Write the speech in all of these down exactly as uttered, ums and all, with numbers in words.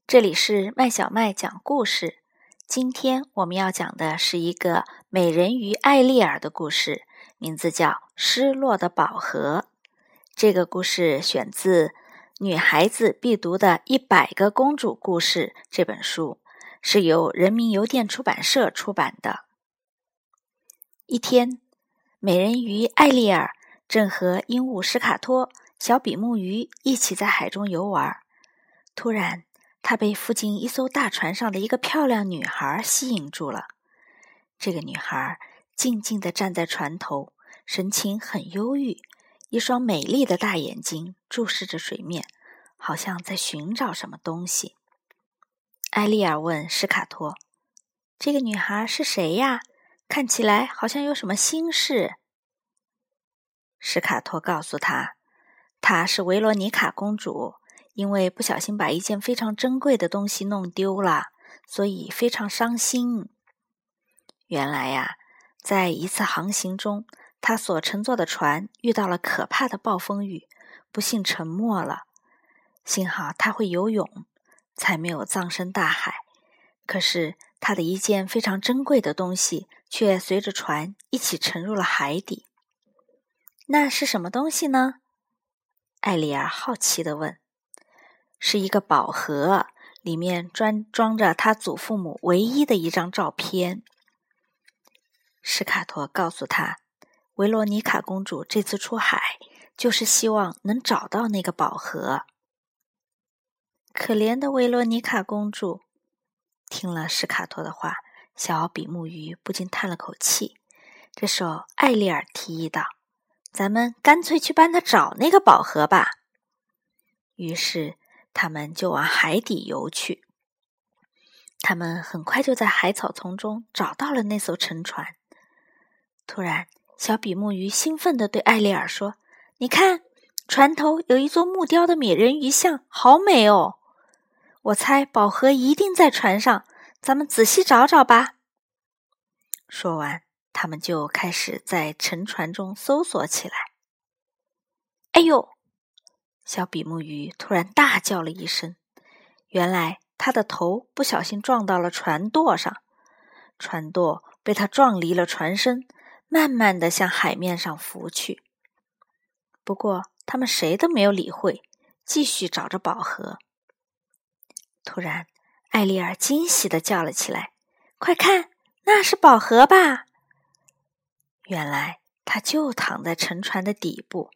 这里是麦小麦讲故事。今天我们要讲的是一个美人鱼艾丽尔的故事，名字叫《失落的宝盒》。这个故事选自《女孩子必读的一百个公主故事》这本书，是由人民邮电出版社出版的。一天，美人鱼艾丽尔正和鹦鹉史卡托、小比目鱼一起在海中游玩，突然他被附近一艘大船上的一个漂亮女孩吸引住了。这个女孩静静地站在船头，神情很忧郁，一双美丽的大眼睛注视着水面，好像在寻找什么东西。艾丽尔问史卡托：“这个女孩是谁呀？看起来好像有什么心事。”史卡托告诉她，她是维罗妮卡公主，因为不小心把一件非常珍贵的东西弄丢了，所以非常伤心。原来呀，在一次航行中，他所乘坐的船遇到了可怕的暴风雨，不幸沉没了。幸好他会游泳，才没有葬身大海。可是他的一件非常珍贵的东西却随着船一起沉入了海底。那是什么东西呢？艾丽尔好奇地问。是一个宝盒，里面装装着他祖父母唯一的一张照片。史卡托告诉他，维罗妮卡公主这次出海，就是希望能找到那个宝盒。可怜的维罗妮卡公主，听了史卡托的话，小比目鱼不禁叹了口气。这时候，艾丽尔提议道：“咱们干脆去帮她找那个宝盒吧。”于是他们就往海底游去。他们很快就在海草丛中找到了那艘沉船。突然，小比目鱼兴奋地对艾丽尔说：“你看，船头有一座木雕的美人鱼像，好美哦！我猜宝盒一定在船上，咱们仔细找找吧。”说完，他们就开始在沉船中搜索起来。哎呦！小比目鱼突然大叫了一声，原来他的头不小心撞到了船舵上，船舵被他撞离了船身，慢慢地向海面上浮去。不过他们谁都没有理会，继续找着宝盒。突然，艾丽尔惊喜地叫了起来：“快看，那是宝盒吧！”原来它就躺在沉船的底部。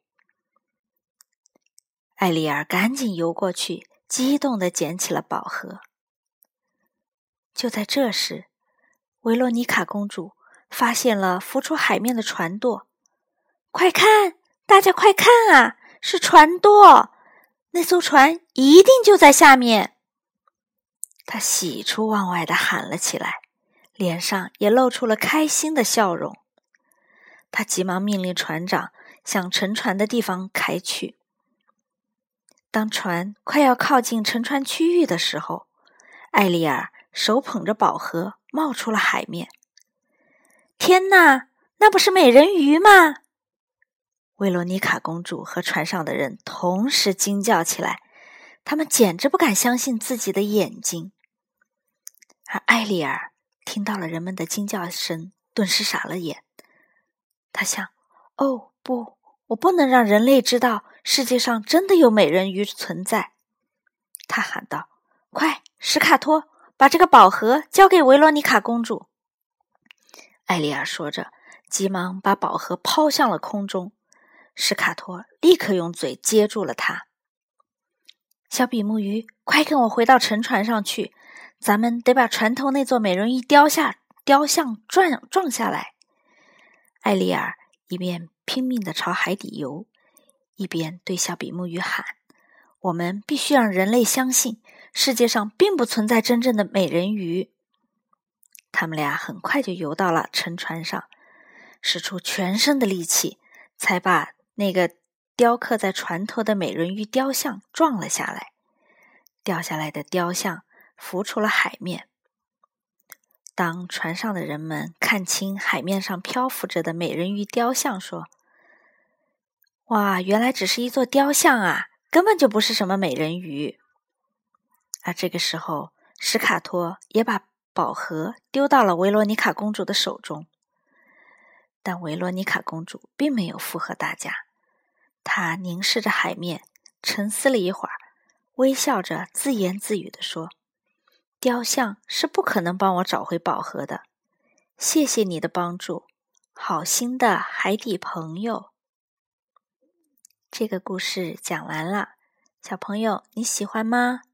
艾丽尔赶紧游过去，激动地捡起了宝盒。就在这时，维罗妮卡公主发现了浮出海面的船舵。快看，大家快看啊，是船舵！那艘船一定就在下面。她喜出望外地喊了起来，脸上也露出了开心的笑容。她急忙命令船长向沉船的地方开去。当船快要靠近沉船区域的时候，艾丽尔手捧着宝盒冒出了海面。天哪，那不是美人鱼吗？维罗妮卡公主和船上的人同时惊叫起来，他们简直不敢相信自己的眼睛。而艾丽尔听到了人们的惊叫声，顿时傻了眼。她想，哦不，我不能让人类知道世界上真的有美人鱼存在。他喊道：“快，史卡托，把这个宝盒交给维罗妮卡公主。”艾丽尔说着，急忙把宝盒抛向了空中。史卡托立刻用嘴接住了它。小比目鱼，快跟我回到沉船上去，咱们得把船头那座美人鱼雕下雕像撞撞下来。艾丽尔一边拼命地朝海底游，一边对小比目鱼喊：“我们必须让人类相信，世界上并不存在真正的美人鱼。”他们俩很快就游到了沉船上，使出全身的力气，才把那个雕刻在船头的美人鱼雕像撞了下来。掉下来的雕像浮出了海面。当船上的人们看清海面上漂浮着的美人鱼雕像，说：“哇，原来只是一座雕像啊，根本就不是什么美人鱼。” 而这个时候，史卡托也把宝盒丢到了维罗妮卡公主的手中。但维罗妮卡公主并没有附和大家，她凝视着海面，沉思了一会儿，微笑着自言自语地说：雕像是不可能帮我找回宝盒的，谢谢你的帮助，好心的海底朋友。这个故事讲完了，小朋友你喜欢吗？